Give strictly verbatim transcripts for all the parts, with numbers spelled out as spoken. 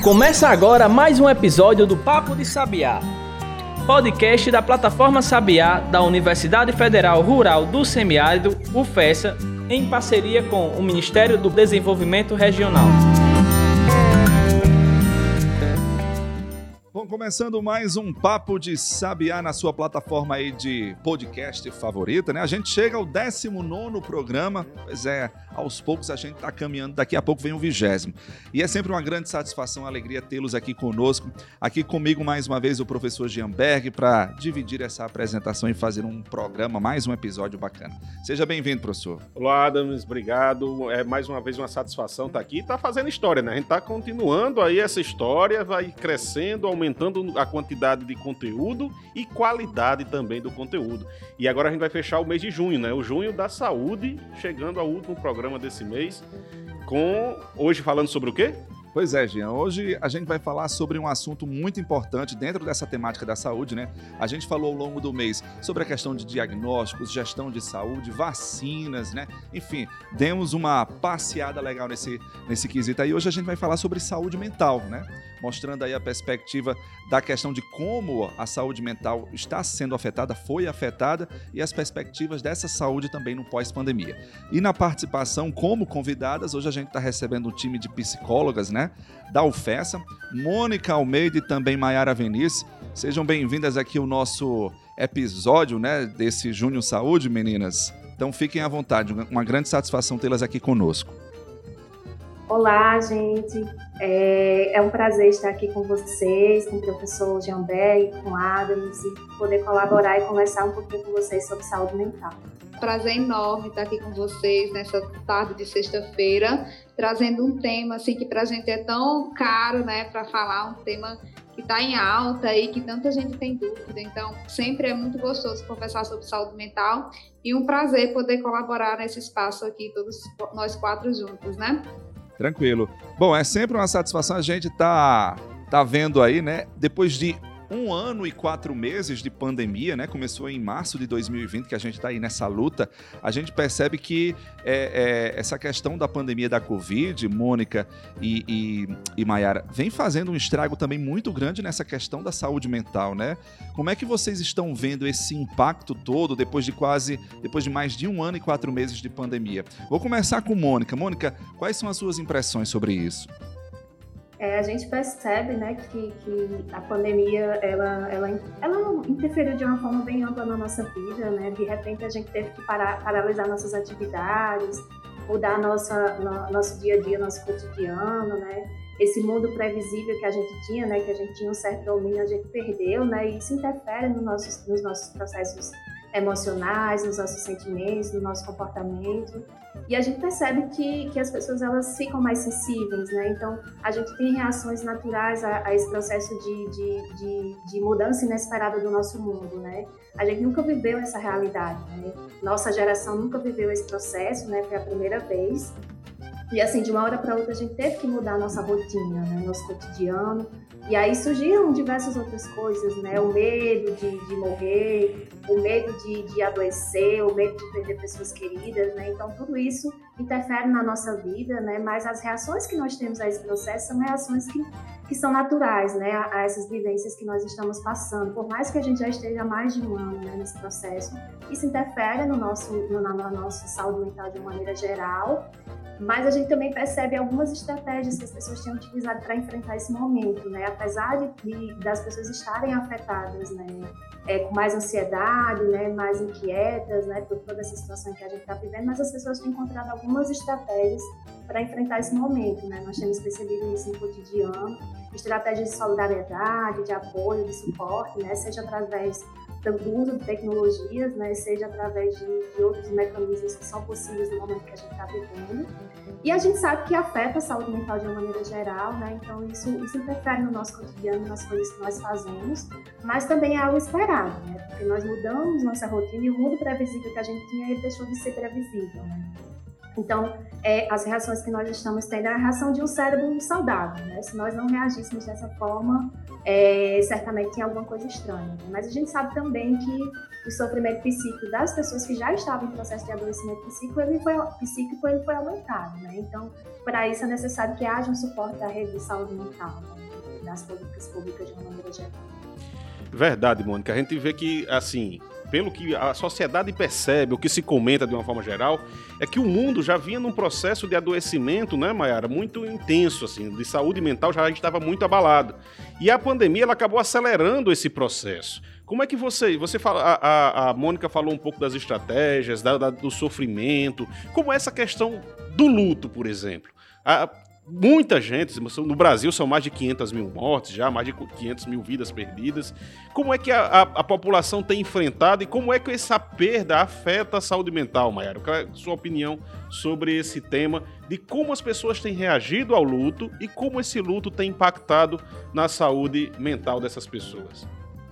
Começa agora mais um episódio do Papo de Sabiá, podcast da plataforma Sabiá da Universidade Federal Rural do Semiárido, UFESA, em parceria com o Ministério do Desenvolvimento Regional. Bom, começando mais um Papo de Sabiá na sua plataforma aí de podcast favorita, né? A gente chega ao décimo nono programa, pois é, aos poucos a gente está caminhando, daqui a pouco vem o vigésimo. E é sempre uma grande satisfação, alegria tê-los aqui conosco, aqui comigo mais uma vez o professor Gianberg, para dividir essa apresentação e fazer um programa, mais um episódio bacana. Seja bem-vindo, professor. Olá, Adams, obrigado. É mais uma vez uma satisfação estar aqui e estar fazendo história, né? A gente está continuando aí essa história, vai crescendo, aumentando a quantidade de conteúdo e qualidade também do conteúdo. E agora a gente vai fechar o mês de junho, né? O junho da saúde, chegando ao último programa desse mês, com hoje falando sobre o quê? Pois é, Jean, hoje a gente vai falar sobre um assunto muito importante dentro dessa temática da saúde, né? A gente falou ao longo do mês sobre a questão de diagnósticos, gestão de saúde, vacinas, né? Enfim, demos uma passeada legal nesse, nesse quesito aí. Hoje a gente vai falar sobre saúde mental, né? Mostrando aí a perspectiva da questão de como a saúde mental está sendo afetada, foi afetada, e as perspectivas dessa saúde também no pós-pandemia. E na participação como convidadas, hoje a gente está recebendo um time de psicólogas, né, da UFESA, Mônica Almeida e também Maiara Venice. Sejam bem-vindas aqui ao nosso episódio, né, desse Junho Saúde, meninas. Então fiquem à vontade, uma grande satisfação tê-las aqui conosco. Olá, gente. É, é um prazer estar aqui com vocês, com o professor Gianberg, com Adams, e poder colaborar e conversar um pouquinho com vocês sobre saúde mental. Prazer enorme estar aqui com vocês nessa tarde de sexta-feira, trazendo um tema assim que para a gente é tão caro, né, para falar, um tema que está em alta e que tanta gente tem dúvida. Então, sempre é muito gostoso conversar sobre saúde mental e um prazer poder colaborar nesse espaço aqui, todos nós quatro juntos, né? Tranquilo. Bom, é sempre uma satisfação a gente tá, tá vendo aí, né? Depois de um ano e quatro meses de pandemia, né? Começou em março de dois mil e vinte, que a gente está aí nessa luta. A gente percebe que é, é, essa questão da pandemia da Covid, Mônica e, e, e Maiara, vem fazendo um estrago também muito grande nessa questão da saúde mental, né? Como é que vocês estão vendo esse impacto todo depois de quase, depois de mais de um ano e quatro meses de pandemia? Vou começar com Mônica. Mônica, quais são as suas impressões sobre isso? É, a gente percebe, né, que, que a pandemia ela, ela, ela interferiu de uma forma bem ampla na nossa vida, né? De repente a gente teve que parar, paralisar nossas atividades, mudar nossa, no, nosso dia a dia, nosso cotidiano, né? Esse mundo previsível que a gente tinha, né, que a gente tinha um certo domínio, a gente perdeu, né? E isso interfere no nossos, nos nossos processos emocionais, nos nossos sentimentos, no nosso comportamento. E a gente percebe que, que as pessoas elas ficam mais sensíveis, né? Então, a gente tem reações naturais a, a esse processo de, de, de, de mudança inesperada do nosso mundo, né? A gente nunca viveu essa realidade, né? Nossa geração nunca viveu esse processo, né? Foi a primeira vez. E assim, de uma hora para outra, a gente teve que mudar a nossa rotina, né? Nosso cotidiano. E aí surgiram diversas outras coisas, né? O medo de, de morrer, o medo de, de adoecer, o medo de perder pessoas queridas, né? Então, tudo isso interfere na nossa vida, né? Mas as reações que nós temos a esse processo são reações que, que são naturais, né? A, a essas vivências que nós estamos passando. Por mais que a gente já esteja há mais de um ano, né, nesse processo, isso interfere no nosso, no, na, na nossa saúde mental de uma maneira geral. Mas a gente também percebe algumas estratégias que as pessoas têm utilizado para enfrentar esse momento, né? Apesar de, das pessoas estarem afetadas, né? É, com mais ansiedade, né? Mais inquietas, né? Por toda essa situação que a gente está vivendo, mas as pessoas têm encontrado algumas estratégias para enfrentar esse momento, né? Nós temos percebido isso no cotidiano, estratégias de solidariedade, de apoio, de suporte, né? Seja através do uso de tecnologias, né, seja através de, de outros mecanismos que são possíveis no momento que a gente está vivendo. E a gente sabe que afeta a saúde mental de uma maneira geral, né, então isso, isso interfere no nosso cotidiano, nas coisas que nós fazemos, mas também é algo esperado, né, porque nós mudamos nossa rotina e o mundo previsível que a gente tinha, ele deixou de ser previsível, né. Então, é, as reações que nós estamos tendo é a reação de um cérebro saudável, né? Se nós não reagíssemos dessa forma, é, certamente tem alguma coisa estranha. Né? Mas a gente sabe também que o sofrimento psíquico das pessoas que já estavam em processo de adoecimento psíquico, ele foi, psíquico, ele foi aumentado, né? Então, para isso é necessário que haja um suporte da rede de saúde mental, né? Das políticas públicas de uma maneira geral. Verdade, Mônica. A gente vê que, assim, pelo que a sociedade percebe, o que se comenta de uma forma geral, é que o mundo já vinha num processo de adoecimento, né, Mayara, muito intenso, assim, de saúde mental já estava muito abalado. E a pandemia, ela acabou acelerando esse processo. Como é que você, você fala, a, a Mônica falou um pouco das estratégias, da, da, do sofrimento, como é essa questão do luto, por exemplo? A, Muita gente, no Brasil são mais de quinhentas mil mortes já, mais de quinhentas mil vidas perdidas. Como é que a, a, a população tem enfrentado e como é que essa perda afeta a saúde mental, Mayara? Qual é a sua opinião sobre esse tema, de como as pessoas têm reagido ao luto e como esse luto tem impactado na saúde mental dessas pessoas?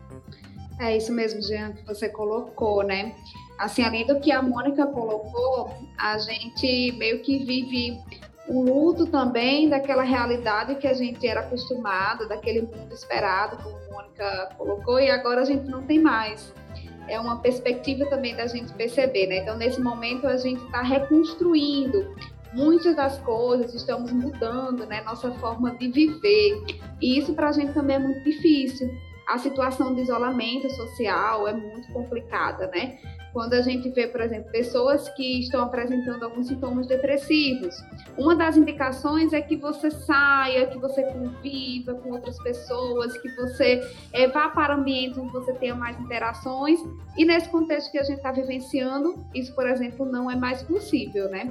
É isso mesmo, Jean, que você colocou, né? Assim, além do que a Mônica colocou, a gente meio que vive o luto também daquela realidade que a gente era acostumado, daquele mundo esperado, como a Mônica colocou, e agora a gente não tem mais. É uma perspectiva também da gente perceber, né? Então, nesse momento, a gente está reconstruindo muitas das coisas, estamos mudando, né? Nossa forma de viver. E isso para a gente também é muito difícil. A situação de isolamento social é muito complicada, né? Quando a gente vê, por exemplo, pessoas que estão apresentando alguns sintomas depressivos, uma das indicações é que você saia, que você conviva com outras pessoas, que você é, vá para ambientes onde você tenha mais interações, e nesse contexto que a gente está vivenciando, isso, por exemplo, não é mais possível, né?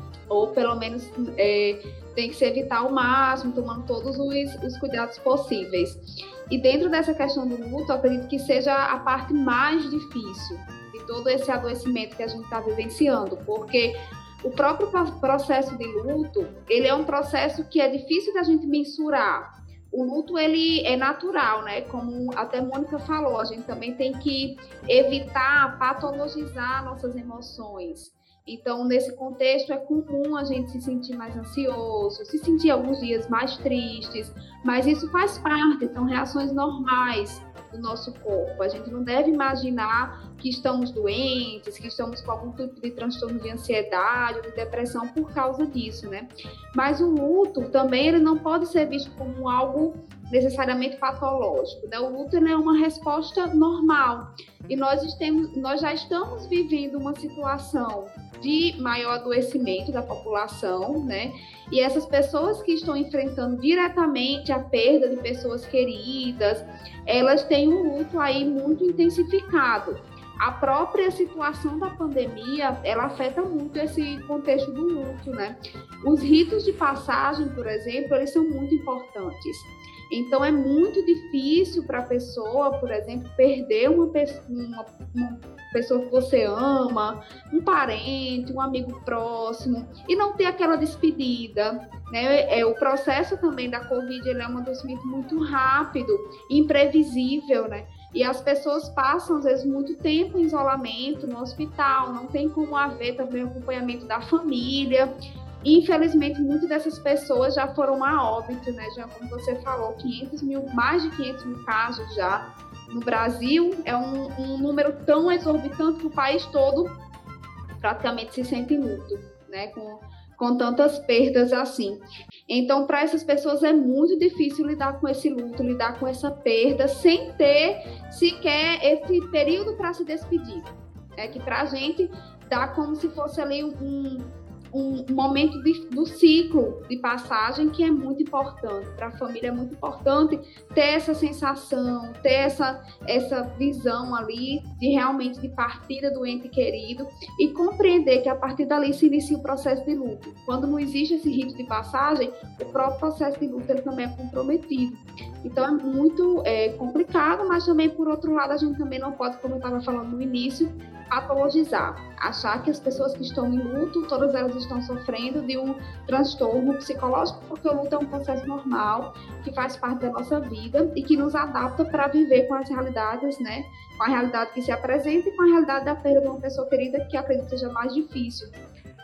Ou pelo menos é, tem que se evitar ao máximo, tomando todos os, os cuidados possíveis. E dentro dessa questão do luto, eu acredito que seja a parte mais difícil de todo esse adoecimento que a gente está vivenciando, porque o próprio processo de luto, ele é um processo que é difícil da gente mensurar. O luto, ele é natural, né? Como até a Mônica falou, a gente também tem que evitar patologizar nossas emoções. Então, nesse contexto, é comum a gente se sentir mais ansioso, se sentir alguns dias mais tristes, mas isso faz parte, são reações normais do nosso corpo. A gente não deve imaginar que estamos doentes, que estamos com algum tipo de transtorno de ansiedade ou de depressão por causa disso, né? Mas o luto também, ele não pode ser visto como algo necessariamente patológico, né? O luto, ele é uma resposta normal e nós, estamos, nós já estamos vivendo uma situação de maior adoecimento da população, né? E essas pessoas que estão enfrentando diretamente a perda de pessoas queridas, elas têm um luto aí muito intensificado. A própria situação da pandemia, ela afeta muito esse contexto do luto, né? Os ritos de passagem, por exemplo, eles são muito importantes. Então, é muito difícil para a pessoa, por exemplo, perder uma pessoa, uma, uma pessoa que você ama, um parente, um amigo próximo, e não ter aquela despedida, né? É, o processo também da Covid, ele é um adoecimento muito rápido, imprevisível, né? E as pessoas passam, às vezes, muito tempo em isolamento, no hospital, não tem como haver também acompanhamento da família. Infelizmente, muitas dessas pessoas já foram a óbito, né? Já como você falou, quinhentos mil, mais de quinhentos mil casos já no Brasil. É um, um número tão exorbitante que o país todo praticamente se sente em luto, né? Com, com tantas perdas assim. Então, para essas pessoas é muito difícil lidar com esse luto, lidar com essa perda, sem ter sequer esse período para se despedir. É que para a gente dá como se fosse ali um... um momento de, do ciclo de passagem que é muito importante. Para a família é muito importante ter essa sensação, ter essa, essa visão ali de realmente de partida do ente querido e compreender que a partir dali se inicia o processo de luto. Quando não existe esse rito de passagem, o próprio processo de luto ele também é comprometido. Então é muito é, complicado, mas também por outro lado a gente também não pode, como eu estava falando no início, patologizar, achar que as pessoas que estão em luto, todas elas estão sofrendo de um transtorno psicológico, porque o luto é um processo normal, que faz parte da nossa vida e que nos adapta para viver com as realidades, né? Com a realidade que se apresenta e com a realidade da perda de uma pessoa querida, que acredito seja mais difícil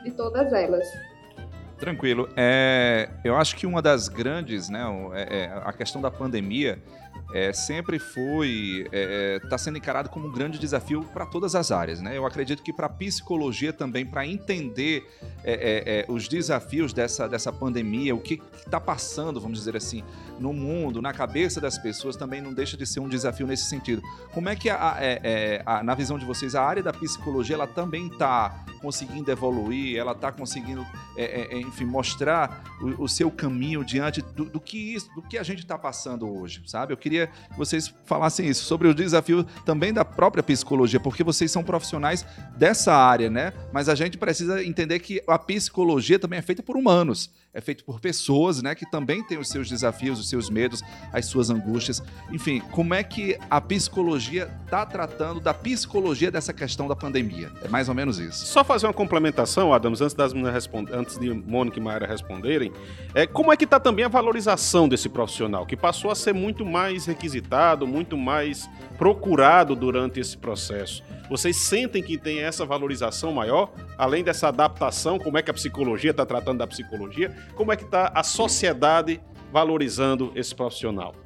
de todas elas. Tranquilo. É, eu acho que uma das grandes, né, é, é, a questão da pandemia é, sempre foi, está é, sendo encarado como um grande desafio para todas as áreas, né? Eu acredito que para a psicologia também, para entender é, é, é, os desafios dessa, dessa pandemia, o que está passando, vamos dizer assim, no mundo, na cabeça das pessoas, também não deixa de ser um desafio nesse sentido. Como é que, a, é, é, a, na visão de vocês, a área da psicologia, ela também está conseguindo evoluir, ela está conseguindo, é, é, enfim, mostrar o, o seu caminho diante do, do, que isso, do que a gente está passando hoje, sabe? Eu queria que vocês falassem isso, sobre o desafio também da própria psicologia, porque vocês são profissionais dessa área, né? Mas a gente precisa entender que a psicologia também é feita por humanos, é feita por pessoas, né, que também têm os seus desafios, os seus medos, as suas angústias. Enfim, como é que a psicologia está tratando da psicologia dessa questão da pandemia? É mais ou menos isso. Só fazer uma complementação, Adams, antes, das meninas respond... antes de Mônica e Mayara responderem, é, como é que está também a valorização desse profissional, que passou a ser muito mais requisitado, muito mais procurado durante esse processo? Vocês sentem que tem essa valorização maior, além dessa adaptação, como é que a psicologia está tratando da psicologia, como é que está a sociedade valorizando esse profissional?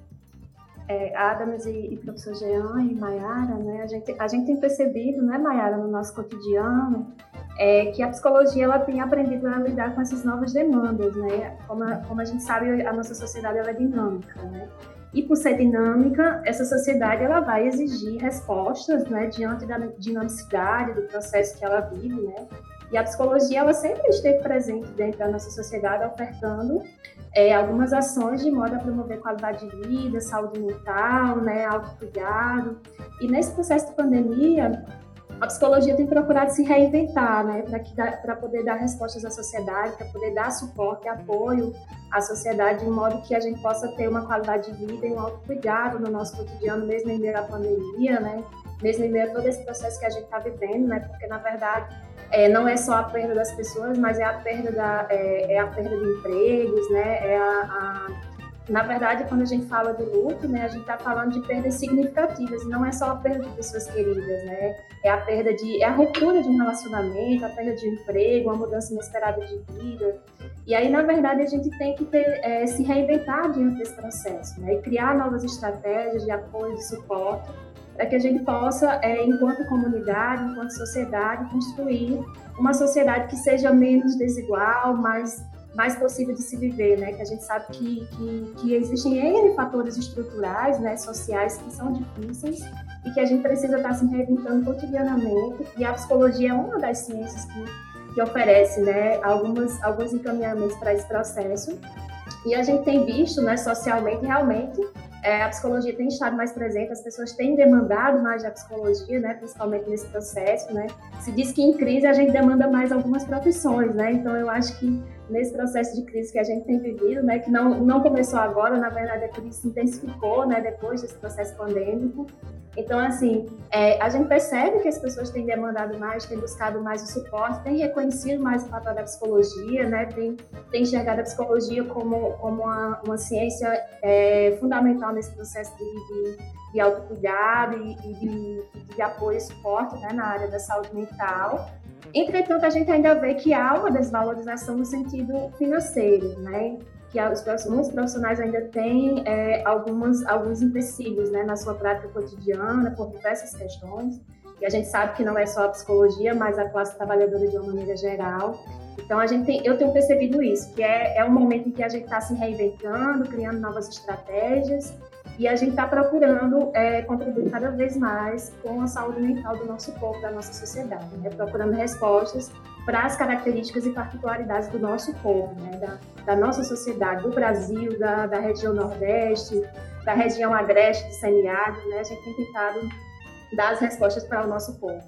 É, Adams e, e professor Jean e Mayara, né, a gente, a gente tem percebido, né, Mayara, no nosso cotidiano, é, que a psicologia ela tem aprendido a lidar com essas novas demandas, né? Como a, como a gente sabe, a nossa sociedade ela é dinâmica, né? E por ser dinâmica, essa sociedade ela vai exigir respostas, né, diante da dinamicidade do processo que ela vive, né? E a psicologia ela sempre esteve presente dentro da nossa sociedade, ofertando é, algumas ações de modo a promover qualidade de vida, saúde mental, né, autocuidado. E nesse processo de pandemia, a psicologia tem procurado se reinventar, né, para poder dar respostas à sociedade, para poder dar suporte e apoio à sociedade, de modo que a gente possa ter uma qualidade de vida e um autocuidado no nosso cotidiano, mesmo em meio à pandemia, né, mesmo em meio a todo esse processo que a gente está vivendo, né, porque, na verdade, é, não é só a perda das pessoas, mas é a perda, da, é, é a perda de empregos, né, é a, a na verdade, quando a gente fala de luto, né, a gente está falando de perdas significativas, e não é só a perda de pessoas queridas, né? É a perda de, é a ruptura de um relacionamento, a perda de um emprego, uma mudança inesperada de vida. E aí, na verdade, a gente tem que ter, é, se reinventar diante desse processo, né? E criar novas estratégias de apoio, de suporte, para que a gente possa, é, enquanto comunidade, enquanto sociedade, construir uma sociedade que seja menos desigual, mais mais possível de se viver, né? Que a gente sabe que, que, que existem N fatores estruturais, né, sociais, que são difíceis e que a gente precisa estar se reinventando cotidianamente. E a psicologia é uma das ciências que, que oferece, né, algumas, alguns encaminhamentos para esse processo. E a gente tem visto, né, socialmente, realmente, é, a psicologia tem estado mais presente, as pessoas têm demandado mais da psicologia, né, principalmente nesse processo, né? Se diz que em crise a gente demanda mais algumas profissões, né? Então eu acho que nesse processo de crise que a gente tem vivido, né, que não, não começou agora, na verdade a crise se intensificou, né, depois desse processo pandêmico. Então, assim, é, a gente percebe que as pessoas têm demandado mais, têm buscado mais o suporte, têm reconhecido mais o papel da psicologia, né, têm, têm enxergado a psicologia como, como uma, uma ciência é, fundamental nesse processo de, de, de autocuidado e, e de, de apoio e suporte, né, na área da saúde mental. Entretanto, a gente ainda vê que há uma desvalorização no sentido financeiro, né? Que os, muitos profissionais ainda têm é, algumas, alguns empecilhos, né, na sua prática cotidiana, por diversas questões. E a gente sabe que não é só a psicologia, mas a classe trabalhadora de uma maneira geral. Então, a gente tem, eu tenho percebido isso, que é, é um momento em que a gente está se reinventando, criando novas estratégias, e a gente está procurando é, contribuir cada vez mais com a saúde mental do nosso povo, da nossa sociedade, né? Procurando respostas para as características e particularidades do nosso povo, né? da, da nossa sociedade, do Brasil, da, da região Nordeste, da região Agreste, do semiárido, né? A gente tem tentado dar as respostas para o nosso povo.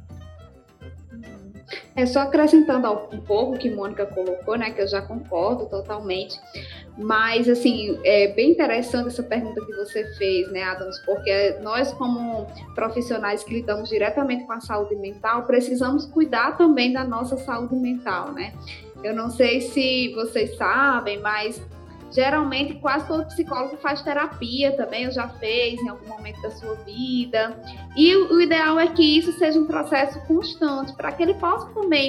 É só acrescentando um pouco o que Mônica colocou, né, que eu já concordo totalmente, mas, assim, é bem interessante essa pergunta que você fez, né, Adams, porque nós, como profissionais que lidamos diretamente com a saúde mental, precisamos cuidar também da nossa saúde mental, né? Eu não sei se vocês sabem, mas geralmente quase todo psicólogo faz terapia também, ou já fez em algum momento da sua vida. E o ideal é que isso seja um processo constante, para que ele possa também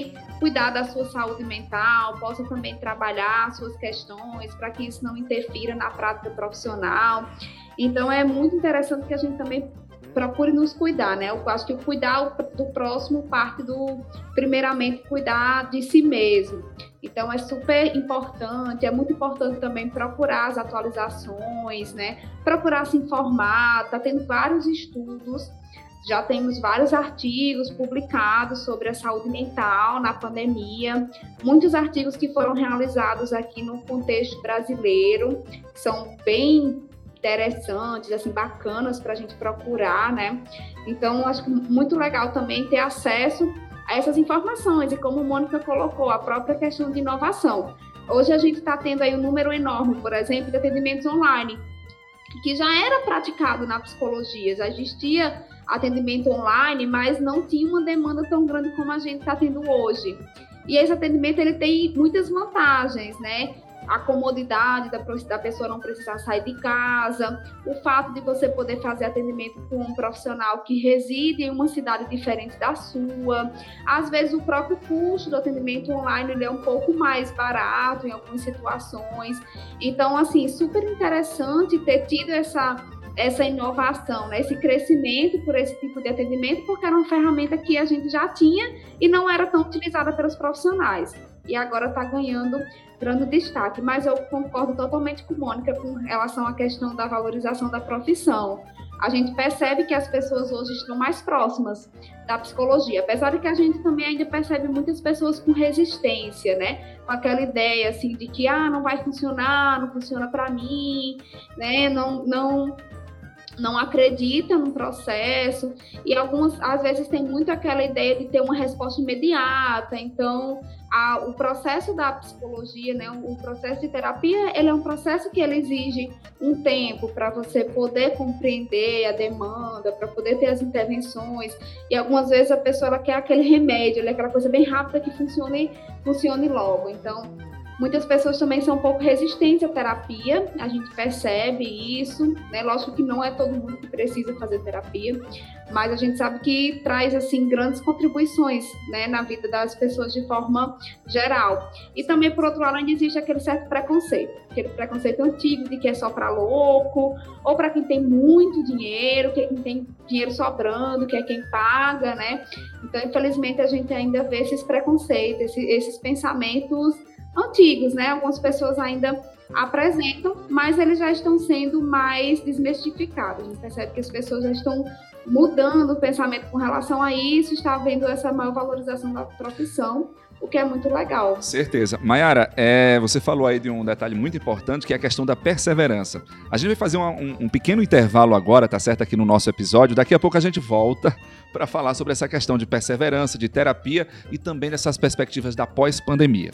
cuidar da sua saúde mental, possa também trabalhar suas questões para que isso não interfira na prática profissional. Então, é muito interessante que a gente também procure nos cuidar, né? Eu acho que o cuidar do próximo parte do, primeiramente, cuidar de si mesmo. Então, é super importante, é muito importante também procurar as atualizações, né? Procurar se informar, tá tendo vários estudos, já temos vários artigos publicados sobre a saúde mental na pandemia, muitos artigos que foram realizados aqui no contexto brasileiro, que são bem interessantes, assim, bacanas para a gente procurar, né? Então, acho que muito legal também ter acesso a essas informações e, como a Mônica colocou, a própria questão de inovação. Hoje a gente está tendo aí um número enorme, por exemplo, de atendimentos online, que já era praticado na psicologia, já existia atendimento online, mas não tinha uma demanda tão grande como a gente está tendo hoje. E esse atendimento, ele tem muitas vantagens, né? A comodidade da, da pessoa não precisar sair de casa, o fato de você poder fazer atendimento com um profissional que reside em uma cidade diferente da sua. Às vezes, o próprio custo do atendimento online ele é um pouco mais barato em algumas situações. Então, assim, super interessante ter tido essa, essa inovação, né? Esse crescimento por esse tipo de atendimento, porque era uma ferramenta que a gente já tinha e não era tão utilizada pelos profissionais. E agora está ganhando grande destaque. Mas eu concordo totalmente com a Mônica com relação à questão da valorização da profissão. A gente percebe que as pessoas hoje estão mais próximas da psicologia, apesar de que a gente também ainda percebe muitas pessoas com resistência, né? Com aquela ideia, assim, de que, ah, não vai funcionar, não funciona para mim, né? Não... não não acredita no processo e algumas, às vezes, tem muito aquela ideia de ter uma resposta imediata. Então, a, o processo da psicologia, né, o processo de terapia, ele é um processo que ele exige um tempo para você poder compreender a demanda, para poder ter as intervenções. E algumas vezes a pessoa ela quer aquele remédio, ela quer aquela coisa bem rápida que funcione, funcione logo. Então, muitas pessoas também são um pouco resistentes à terapia, a gente percebe isso, né? Lógico que não é todo mundo que precisa fazer terapia, mas a gente sabe que traz, assim, grandes contribuições, né, na vida das pessoas de forma geral. E também, por outro lado, ainda existe aquele certo preconceito, aquele preconceito antigo de que é só para louco, ou para quem tem muito dinheiro, que é quem tem dinheiro sobrando, que é quem paga, né? Então, infelizmente, a gente ainda vê esses preconceitos, esses, esses pensamentos antigos, né? Algumas pessoas ainda apresentam, mas eles já estão sendo mais desmistificados. A gente percebe que as pessoas já estão mudando o pensamento com relação a isso, está havendo essa maior valorização da profissão, o que é muito legal. Certeza. Mayara, é, você falou aí de um detalhe muito importante, que é a questão da perseverança. A gente vai fazer uma, um, um pequeno intervalo agora, tá certo, aqui no nosso episódio. Daqui a pouco a gente volta para falar sobre essa questão de perseverança, de terapia e também dessas perspectivas da pós-pandemia.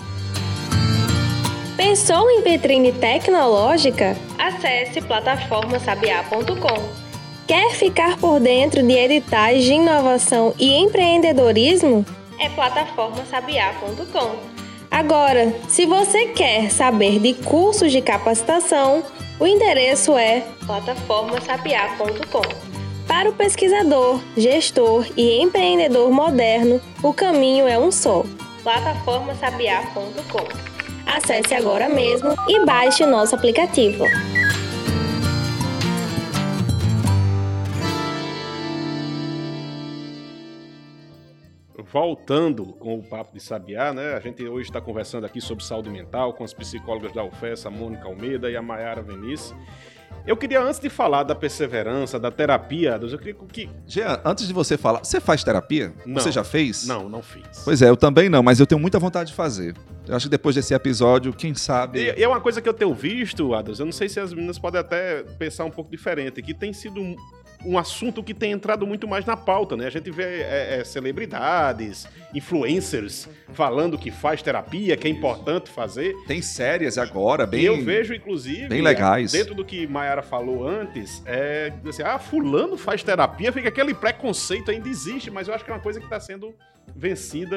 Pensou em vitrine tecnológica? Acesse plataforma sabiá ponto com. Quer ficar por dentro de editais de inovação e empreendedorismo? É plataforma sabiá ponto com. Agora, se você quer saber de cursos de capacitação, o endereço é plataforma sabiá ponto com. Para o pesquisador, gestor e empreendedor moderno, o caminho é um só. plataforma sabiá ponto com. Acesse agora mesmo e baixe o nosso aplicativo. Voltando com o Papo de Sabiá, né? A gente hoje está conversando aqui sobre saúde mental com as psicólogas da U F E S, a Mônica Almeida e a Mayara Venice. Eu queria, antes de falar da perseverança, da terapia, eu queria que... Jean, antes de você falar, você faz terapia? Não, você já fez? Não, não fiz. Pois é, eu também não, mas eu tenho muita vontade de fazer. Eu acho que depois desse episódio, quem sabe... E é uma coisa que eu tenho visto, Adas, eu não sei se as meninas podem até pensar um pouco diferente, que tem sido um, um assunto que tem entrado muito mais na pauta, né? A gente vê é, é, celebridades, influencers falando que faz terapia, que é importante fazer. Tem séries agora, bem... E eu vejo, inclusive... Bem legais. Dentro do que Mayara falou antes, é assim, ah, fulano faz terapia, fica aquele preconceito ainda existe, mas eu acho que é uma coisa que está sendo vencida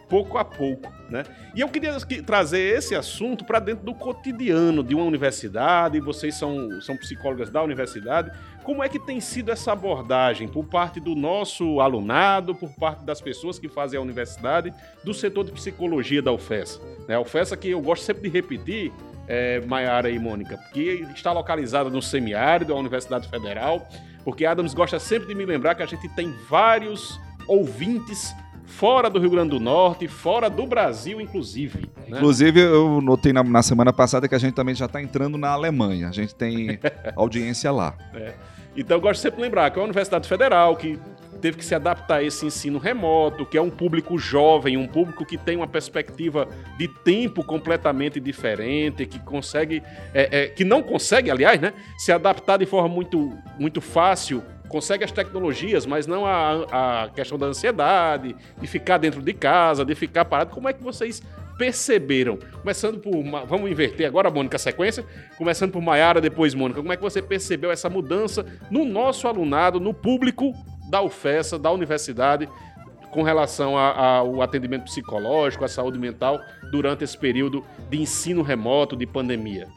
pouco a pouco, né? E eu queria trazer esse assunto para dentro do cotidiano de uma universidade. Vocês são, são psicólogas da universidade. Como é que tem sido essa abordagem por parte do nosso alunado, por parte das pessoas que fazem a universidade, do setor de psicologia da UFESA? Né? A UFESA, que eu gosto sempre de repetir, é, Maiara e Mônica, porque está localizada no semiárido, a Universidade Federal, porque Adams gosta sempre de me lembrar que a gente tem vários ouvintes fora do Rio Grande do Norte, fora do Brasil, inclusive. Né? Inclusive, eu notei na, na semana passada que a gente também já está entrando na Alemanha. A gente tem audiência lá. É. Então, eu gosto sempre de lembrar que é a Universidade Federal, que teve que se adaptar a esse ensino remoto, que é um público jovem, um público que tem uma perspectiva de tempo completamente diferente, que consegue, é, é, que não consegue, aliás, né, se adaptar de forma muito, muito fácil. Consegue as tecnologias, mas não a, a questão da ansiedade, de ficar dentro de casa, de ficar parado. Como é que vocês perceberam? Começando por... Vamos inverter agora, Mônica, a sequência. Começando por Maiara, depois Mônica. Como é que você percebeu essa mudança no nosso alunado, no público da UFESA, da universidade, com relação a, a, ao atendimento psicológico, à saúde mental, durante esse período de ensino remoto, de pandemia?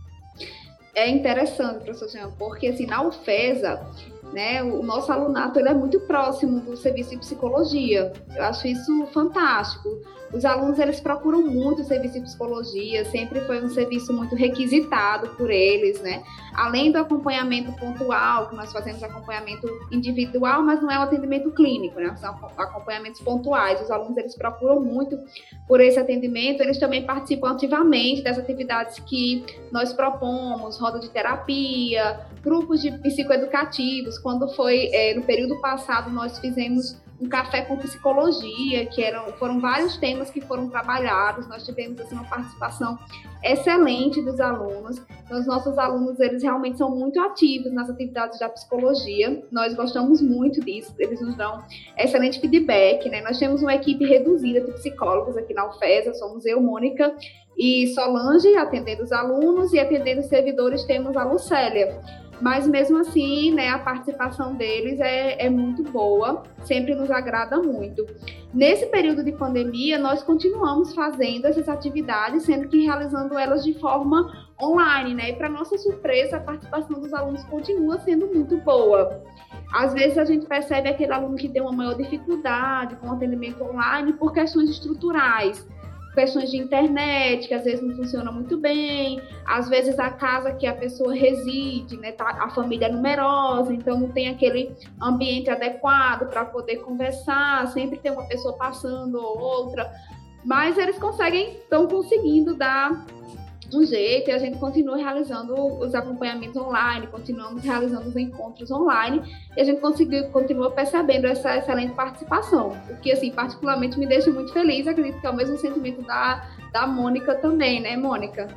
É interessante, professor Jean, porque assim, na UFESA, né, o nosso alunato ele é muito próximo do serviço de psicologia. Eu acho isso fantástico. Os alunos, eles procuram muito o serviço de psicologia, sempre foi um serviço muito requisitado por eles, né? Além do acompanhamento pontual, que nós fazemos acompanhamento individual, mas não é um atendimento clínico, né? São acompanhamentos pontuais. Os alunos, eles procuram muito por esse atendimento, eles também participam ativamente das atividades que nós propomos, roda de terapia, grupos de psicoeducativos. Quando foi, é, no período passado, nós fizemos um café com psicologia, que eram, foram vários temas que foram trabalhados. Nós tivemos assim, uma participação excelente dos alunos. Então, os nossos alunos, eles realmente são muito ativos nas atividades da psicologia. Nós gostamos muito disso, eles nos dão excelente feedback, né? Nós temos uma equipe reduzida de psicólogos aqui na UFESA, somos eu, Mônica e Solange, atendendo os alunos, e atendendo os servidores temos a Lucélia. Mas mesmo assim, né, a participação deles é, é muito boa, sempre nos agrada muito. Nesse período de pandemia, nós continuamos fazendo essas atividades, sendo que realizando elas de forma online, né? E para nossa surpresa, a participação dos alunos continua sendo muito boa. Às vezes a gente percebe aquele aluno que tem uma maior dificuldade com o atendimento online por questões estruturais. Questões de internet, que às vezes não funciona muito bem, às vezes a casa que a pessoa reside, né, tá, a família é numerosa, então não tem aquele ambiente adequado para poder conversar, sempre tem uma pessoa passando ou outra, mas eles conseguem, estão conseguindo dar um jeito, e a gente continua realizando os acompanhamentos online, continuamos realizando os encontros online, e a gente conseguiu, continua percebendo essa excelente participação, o que, assim, particularmente me deixa muito feliz. Acredito que é o mesmo sentimento da, da Mônica também, né, Mônica?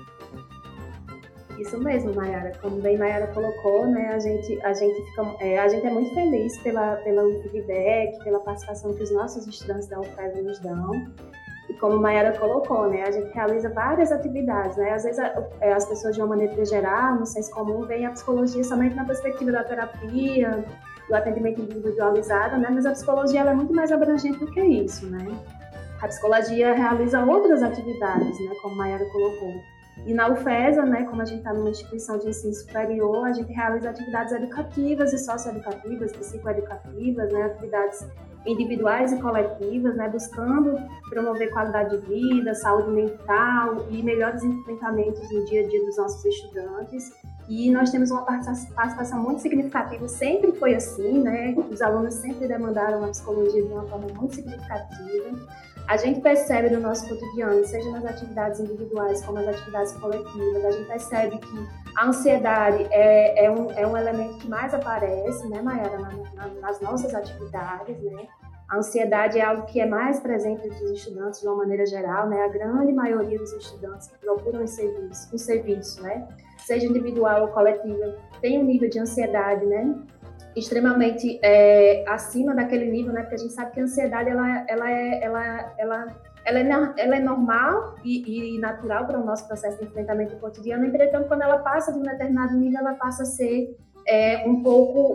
Isso mesmo, Maiara. Como bem Maiara colocou, né, a gente, a gente, fica, é, a gente é muito feliz pela, pelo feedback, pela participação que os nossos estudantes da UFESA nos dão. E como a Maiara colocou, né, a gente realiza várias atividades, né? Às vezes a, as pessoas, de uma maneira geral, no senso comum, veem a psicologia somente na perspectiva da terapia, do atendimento individualizado, né? Mas a psicologia ela é muito mais abrangente do que isso, né? A psicologia realiza outras atividades, né, como a Maiara colocou. E na UFESA, né, como a gente está numa instituição de ensino superior, a gente realiza atividades educativas e socioeducativas, psicoeducativas, né, atividades individuais e coletivas, né, buscando promover qualidade de vida, saúde mental e melhores enfrentamentos no dia a dia dos nossos estudantes. E nós temos uma participação muito significativa, sempre foi assim, né? Os alunos sempre demandaram a psicologia de uma forma muito significativa. A gente percebe no nosso cotidiano, seja nas atividades individuais como nas atividades coletivas, a gente percebe que a ansiedade é, é, um, é um elemento que mais aparece, né, Maiara, na, na, nas nossas atividades, né? A ansiedade é algo que é mais presente entre os estudantes de uma maneira geral, né? A grande maioria dos estudantes que procuram um serviço, um serviço, né, seja individual ou coletiva, tem um nível de ansiedade, né, extremamente é, acima daquele nível, né? Porque a gente sabe que a ansiedade ela, ela, é, ela, ela, ela, é, ela é normal e, e natural para o nosso processo de enfrentamento cotidiano. Entretanto, quando ela passa de um determinado nível, ela passa a ser é, um pouco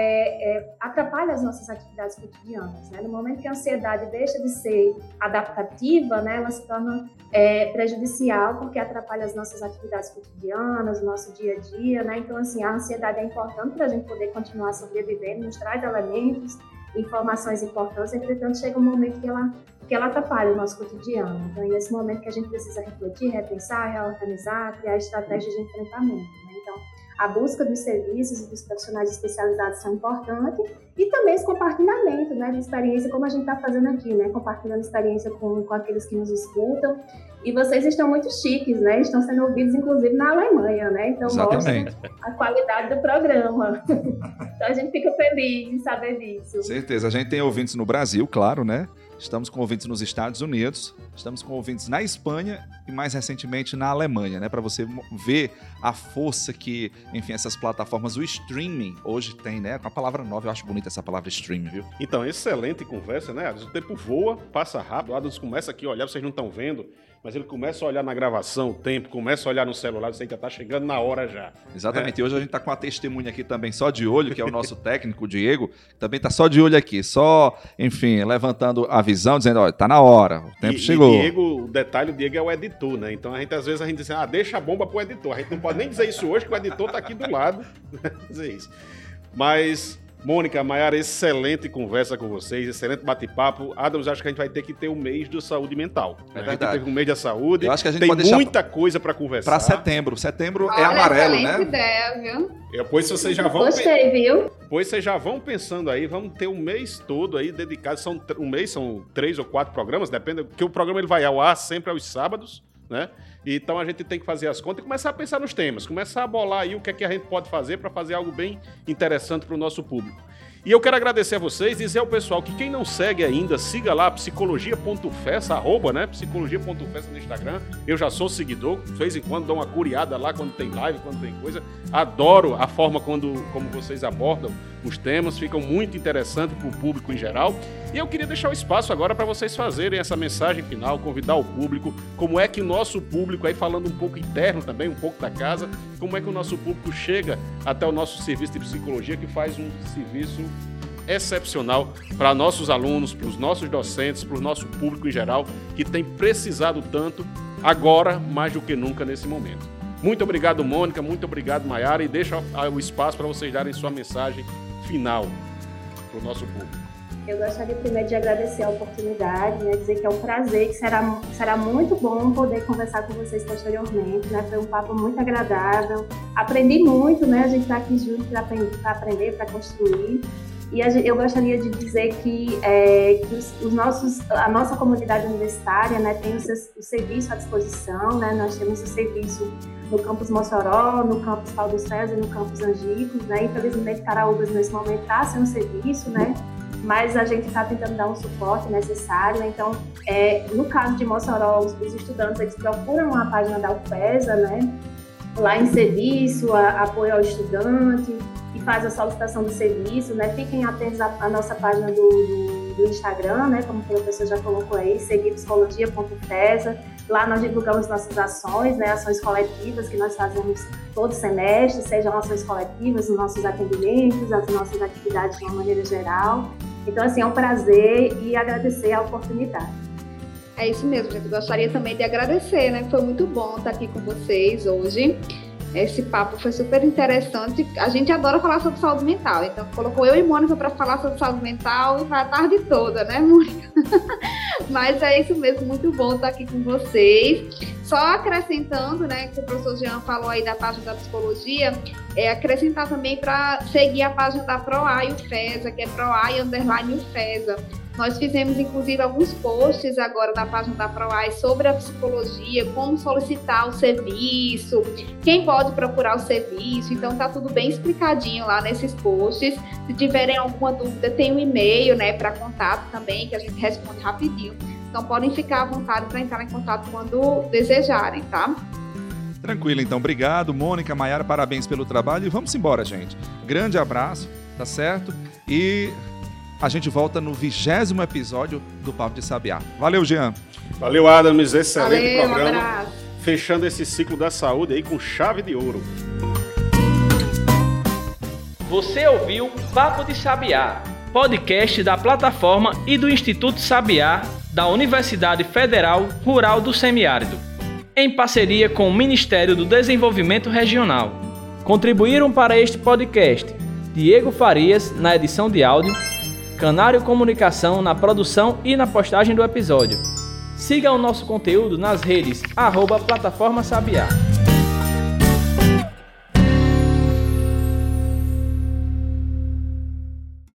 é, é, atrapalha as nossas atividades cotidianas, né? No momento que a ansiedade deixa de ser adaptativa, né, ela se torna é, prejudicial, porque atrapalha as nossas atividades cotidianas, o nosso dia a dia, né? Então, assim, a ansiedade é importante para a gente poder continuar sobrevivendo, nos traz elementos, informações importantes, entretanto, chega um momento que ela, que ela atrapalha o nosso cotidiano. Então, é nesse momento que a gente precisa refletir, repensar, reorganizar, criar estratégias de enfrentamento, né? Então, a busca dos serviços e dos profissionais especializados são importantes e também esse compartilhamento, né, de experiência, como a gente está fazendo aqui, né, compartilhando experiência com, com aqueles que nos escutam. E vocês estão muito chiques, né, estão sendo ouvidos, inclusive, na Alemanha, né, então Exatamente. mostra a qualidade do programa. Então a gente fica feliz em saber disso. Certeza, a gente tem ouvintes no Brasil, claro, né? Estamos com ouvintes nos Estados Unidos, estamos com ouvintes na Espanha e mais recentemente na Alemanha, né? Para você ver a força que, enfim, essas plataformas, o streaming hoje tem, né? Com a palavra nova, eu acho bonita essa palavra streaming, viu? Então, excelente conversa, né? O tempo voa, passa rápido, o Adams começa aqui a olhar, vocês não estão vendo, mas ele começa a olhar na gravação o tempo, começa a olhar no celular, você já está chegando na hora já. Exatamente, É. e hoje a gente está com uma testemunha aqui também só de olho, que é o nosso técnico, o Diego, que também está só de olho aqui, só, enfim, levantando a visão, dizendo, olha, tá na hora, o tempo e, chegou. E Diego, o detalhe, o Diego é o editor, né? Então a gente, às vezes, a gente diz assim, ah, deixa a bomba pro editor. A gente não pode nem dizer isso hoje, que o editor tá aqui do lado, dizer isso. Mas... Mônica, Maiara, excelente conversa com vocês, excelente bate-papo. Adams, acho que a gente vai ter que ter um mês de saúde mental. É a verdade. gente teve um mês da saúde, Eu acho que a gente tem pode deixar muita coisa para conversar. Para setembro. Setembro Olha, é amarelo, excelente né? ideia, viu? Depois vocês já vão... Gostei, viu? Pois vocês já vão pensando aí, vamos ter um mês todo aí dedicado, são tr- um mês, são três ou quatro programas, depende, porque o programa ele vai ao ar sempre aos sábados, né? Então a gente tem que fazer as contas e começar a pensar nos temas, começar a bolar aí o que é que a gente pode fazer para fazer algo bem interessante para o nosso público. E eu quero agradecer a vocês, dizer ao pessoal que quem não segue ainda, siga lá psicologia ponto festa, arroba, né? psicologia ponto festa no Instagram. Eu já sou seguidor, de vez em quando dou uma curiada lá quando tem live, quando tem coisa. Adoro a forma quando, como vocês abordam os temas, ficam muito interessantes para o público em geral. E eu queria deixar o espaço agora para vocês fazerem essa mensagem final, convidar o público, como é que o nosso público, aí falando um pouco interno também, um pouco da casa, como é que o nosso público chega até o nosso serviço de psicologia, que faz um serviço excepcional para nossos alunos, para os nossos docentes, para o nosso público em geral, que tem precisado tanto agora, mais do que nunca nesse momento. Muito obrigado, Mônica, muito obrigado, Maiara, e deixa o espaço para vocês darem sua mensagem final para o nosso público. Eu gostaria primeiro de agradecer a oportunidade, né, dizer que é um prazer, que será, será muito bom poder conversar com vocês posteriormente, né, foi um papo muito agradável, aprendi muito, né, a gente está aqui junto para aprender, para construir, e a gente, eu gostaria de dizer que, é, que os, os nossos, a nossa comunidade universitária, né, tem o, seu, o serviço à disposição, né, nós temos o serviço no campus Mossoró, no campus Paulo dos César e no campus Angicos, né, infelizmente Caraúbas nesse momento está sem um serviço, né, mas a gente está tentando dar um suporte necessário. Então, é, no caso de Mossoró, os, os estudantes eles procuram a página da UFESA, né, lá em serviço, a, apoio ao estudante, e faz a solicitação do serviço, né, fiquem atentos à, à nossa página do, do, do Instagram, né, como o professor já colocou aí, seguir psicologia ponto fesa. Lá nós divulgamos nossas ações, né, ações coletivas que nós fazemos todo semestre, sejam ações coletivas, os nossos atendimentos, as nossas atividades de uma maneira geral. Então, assim, é um prazer e agradecer a oportunidade. É isso mesmo, gente. Gostaria também de agradecer, né? Foi muito bom estar aqui com vocês hoje. Esse papo foi super interessante. A gente adora falar sobre saúde mental, então colocou eu e Mônica para falar sobre saúde mental e vai a tarde toda, né, Mônica? Mas é isso mesmo, muito bom estar aqui com vocês. Só acrescentando, né, que o professor Jean falou aí da página da psicologia, é acrescentar também para seguir a página da PROAI UFESA, que é PROAI underline UFESA. Nós fizemos, inclusive, alguns posts agora na página da PROAI sobre a psicologia, como solicitar o serviço, quem pode procurar o serviço. Então, tá tudo bem explicadinho lá nesses posts. Se tiverem alguma dúvida, tem um e-mail, né, para contato também, que a gente responde rapidinho. Então, podem ficar à vontade para entrar em contato quando desejarem, tá? Tranquilo, então. Obrigado, Mônica, Maiara, parabéns pelo trabalho. E vamos embora, gente. Grande abraço, tá certo? E a gente volta no vigésimo episódio do Papo de Sabiá. Valeu, Jean. Valeu, Adams. Excelente Valeu, programa. Um abraço. Fechando esse ciclo da saúde aí com chave de ouro. Você ouviu Papo de Sabiá, podcast da plataforma e do Instituto Sabiá da Universidade Federal Rural do Semiárido, em parceria com o Ministério do Desenvolvimento Regional. Contribuíram para este podcast Diego Farias na edição de áudio, Canário Comunicação na produção e na postagem do episódio. Siga o nosso conteúdo nas redes arroba Plataforma Sabiá.